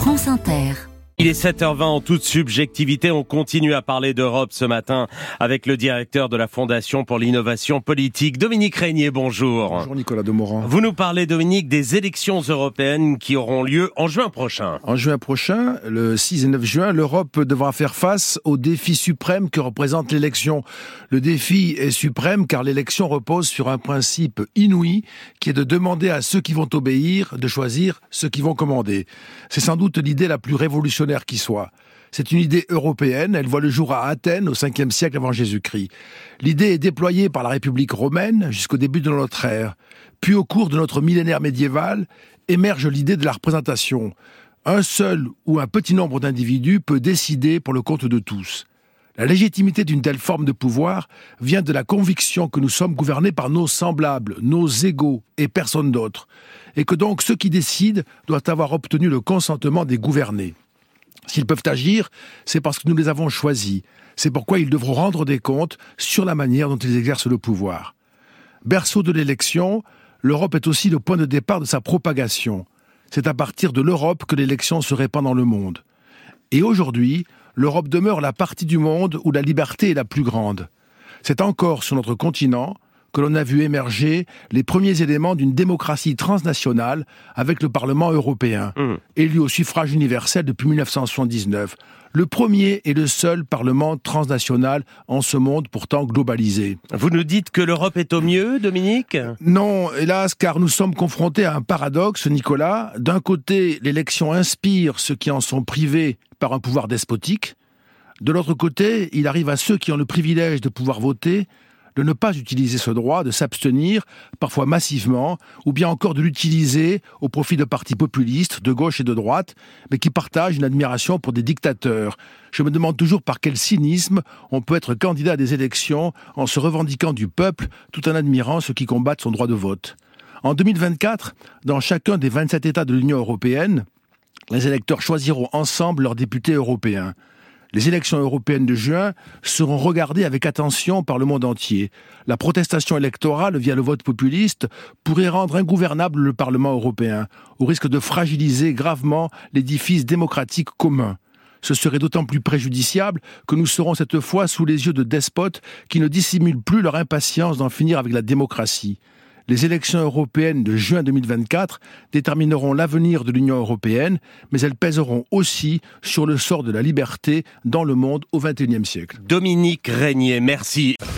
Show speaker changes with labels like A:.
A: France Inter.
B: Il est 7h20 en toute subjectivité. On continue à parler d'Europe ce matin avec le directeur de la Fondation pour l'innovation politique, Dominique Régnier. Bonjour.
C: Bonjour Nicolas Demorand.
B: Vous nous parlez, Dominique, des élections européennes qui auront lieu en juin prochain.
C: En juin prochain, le 6 et 9 juin, l'Europe devra faire face au défi suprême que représente l'élection. Le défi est suprême car l'élection repose sur un principe inouï qui est de demander à ceux qui vont obéir de choisir ceux qui vont commander. C'est sans doute l'idée la plus révolutionnaire qui soit. C'est une idée européenne, elle voit le jour à Athènes au 5e siècle avant Jésus-Christ. L'idée est déployée par la République romaine jusqu'au début de notre ère. Puis au cours de notre millénaire médiéval, émerge l'idée de la représentation. Un seul ou un petit nombre d'individus peut décider pour le compte de tous. La légitimité d'une telle forme de pouvoir vient de la conviction que nous sommes gouvernés par nos semblables, nos égaux et personne d'autre, et que donc ceux qui décident doivent avoir obtenu le consentement des gouvernés. S'ils peuvent agir, c'est parce que nous les avons choisis. C'est pourquoi ils devront rendre des comptes sur la manière dont ils exercent le pouvoir. Berceau de l'élection, l'Europe est aussi le point de départ de sa propagation. C'est à partir de l'Europe que l'élection se répand dans le monde. Et aujourd'hui, l'Europe demeure la partie du monde où la liberté est la plus grande. C'est encore sur notre continent que l'on a vu émerger les premiers éléments d'une démocratie transnationale avec le Parlement européen, élu au suffrage universel depuis 1979. Le premier et le seul Parlement transnational en ce monde pourtant globalisé.
B: Vous nous dites que l'Europe est au mieux, Dominique ?
C: Non, hélas, car nous sommes confrontés à un paradoxe, Nicolas. D'un côté, l'élection inspire ceux qui en sont privés par un pouvoir despotique. De l'autre côté, il arrive à ceux qui ont le privilège de pouvoir voter de ne pas utiliser ce droit, de s'abstenir, parfois massivement, ou bien encore de l'utiliser au profit de partis populistes, de gauche et de droite, mais qui partagent une admiration pour des dictateurs. Je me demande toujours par quel cynisme on peut être candidat à des élections en se revendiquant du peuple tout en admirant ceux qui combattent son droit de vote. En 2024, dans chacun des 27 États de l'Union européenne, les électeurs choisiront ensemble leurs députés européens. Les élections européennes de juin seront regardées avec attention par le monde entier. La protestation électorale via le vote populiste pourrait rendre ingouvernable le Parlement européen, au risque de fragiliser gravement l'édifice démocratique commun. Ce serait d'autant plus préjudiciable que nous serons cette fois sous les yeux de despotes qui ne dissimulent plus leur impatience d'en finir avec la démocratie. Les élections européennes de juin 2024 détermineront l'avenir de l'Union européenne, mais elles pèseront aussi sur le sort de la liberté dans le monde au XXIe siècle.
B: Dominique Régnier, merci.